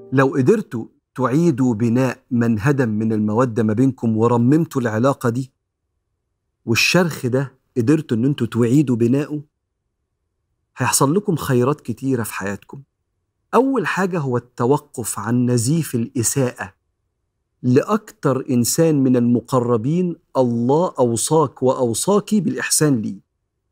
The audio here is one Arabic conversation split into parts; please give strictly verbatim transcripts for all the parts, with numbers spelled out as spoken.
لو قدرتوا تعيدوا بناء من هدم من المودة ما بينكم ورممتوا العلاقة دي، والشرخ ده قدرتوا ان انتوا تعيدوا بناؤه، هيحصل لكم خيرات كتيرة في حياتكم. أول حاجة هو التوقف عن نزيف الإساءة لأكتر إنسان من المقربين الله أوصاك وأوصاك بالإحسان ليه.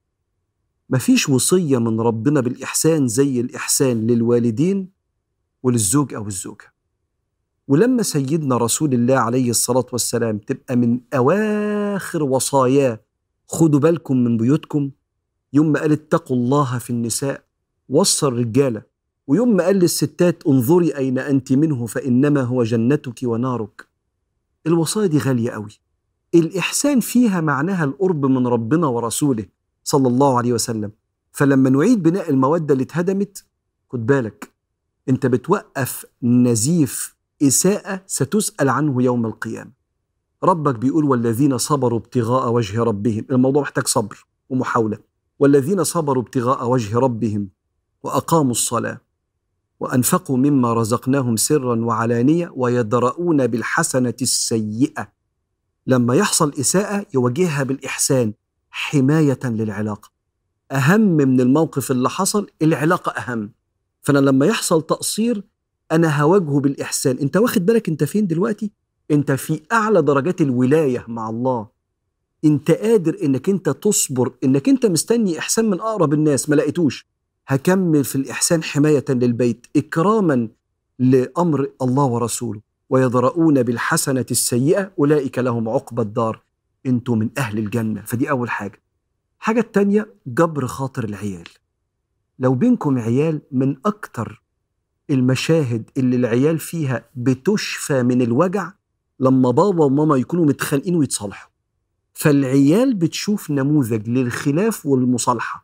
مفيش وصية من ربنا بالإحسان زي الإحسان للوالدين وللزوج أو الزوجة. ولما سيدنا رسول الله عليه الصلاة والسلام تبقى من أواخر وصاياه خدوا بالكم من بيوتكم، يوم ما قال اتقوا الله في النساء وصى الرجالة، ويوم ما قال للستات انظري أين أنت منه فإنما هو جنتك ونارك. الوصايا دي غالية قوي. الإحسان فيها معناها القرب من ربنا ورسوله صلى الله عليه وسلم. فلما نعيد بناء المودة اللي اتهدمت، خد بالك انت بتوقف نزيف إساءة ستسأل عنه يوم القيامة. ربك بيقول والذين صبروا ابتغاء وجه ربهم، الموضوع محتاج صبر ومحاولة. والذين صبروا ابتغاء وجه ربهم وأقاموا الصلاة وأنفقوا مما رزقناهم سرا وعلانية ويدرؤون بالحسنة السيئة. لما يحصل إساءة يواجهها بالإحسان حماية للعلاقة. أهم من الموقف اللي حصل العلاقة أهم. فأنا لما يحصل تقصير أنا هواجهه بالإحسان. أنت واخد بالك أنت فين دلوقتي؟ أنت في أعلى درجات الولاية مع الله. أنت قادر أنك أنت تصبر، أنك أنت مستني إحسان من أقرب الناس ما لقيتوش، هكمل في الإحسان حماية للبيت إكراما لأمر الله ورسوله. ويدرؤون بالحسنة السيئة أولئك لهم عقبى الدار، أنتوا من أهل الجنة. فدي أول حاجة. حاجة التانية جبر خاطر العيال. لو بينكم عيال، من أكتر المشاهد اللي العيال فيها بتشفى من الوجع لما بابا وماما يكونوا متخانقين ويتصالحوا. فالعيال بتشوف نموذج للخلاف والمصالحة،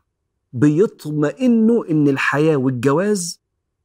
بيطمئنوا إن الحياة والجواز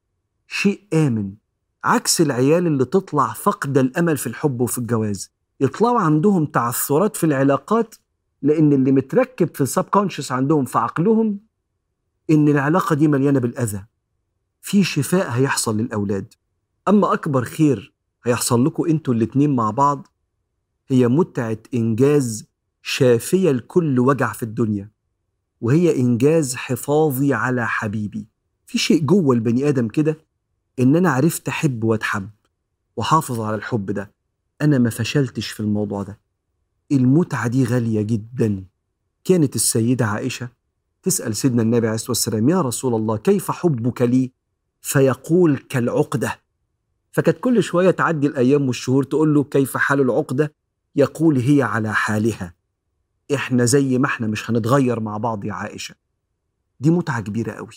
شيء آمن، عكس العيال اللي تطلع فقد الأمل في الحب وفي الجواز. يطلعوا عندهم تعثرات في العلاقات لأن اللي متركب في السبكونشس عندهم في عقلهم إن العلاقة دي مليانة بالأذى. في شفاء هيحصل للأولاد. أما أكبر خير هيحصل لكم أنتوا الاتنين مع بعض هي متعة إنجاز شافية لكل وجع في الدنيا، وهي إنجاز حفاظي على حبيبي. في شيء جوه البني آدم كده إن أنا عرفت أحب وأتحب وحافظ على الحب ده. أنا ما فشلتش في الموضوع ده. المتعة دي غالية جدا. كانت السيدة عائشة تسأل سيدنا النبي عليه الصلاة والسلام يا رسول الله كيف حبك لي؟ فيقول كالعقدة. فكانت كل شوية تعدي الأيام والشهور تقول له كيف حال العقدة؟ يقول هي على حالها. إحنا زي ما إحنا مش هنتغير مع بعض يا عائشة. دي متعة كبيرة قوي،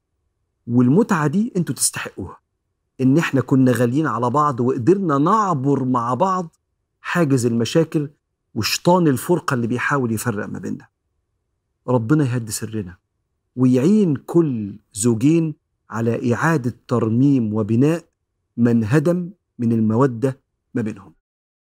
والمتعة دي أنتوا تستحقوها. إن إحنا كنا غاليين على بعض وقدرنا نعبر مع بعض حاجز المشاكل وشيطان الفرقة اللي بيحاول يفرق ما بيننا. ربنا يهدي سرنا ويعين كل زوجين على إعادة ترميم وبناء من هدم من المودة ما بينهم.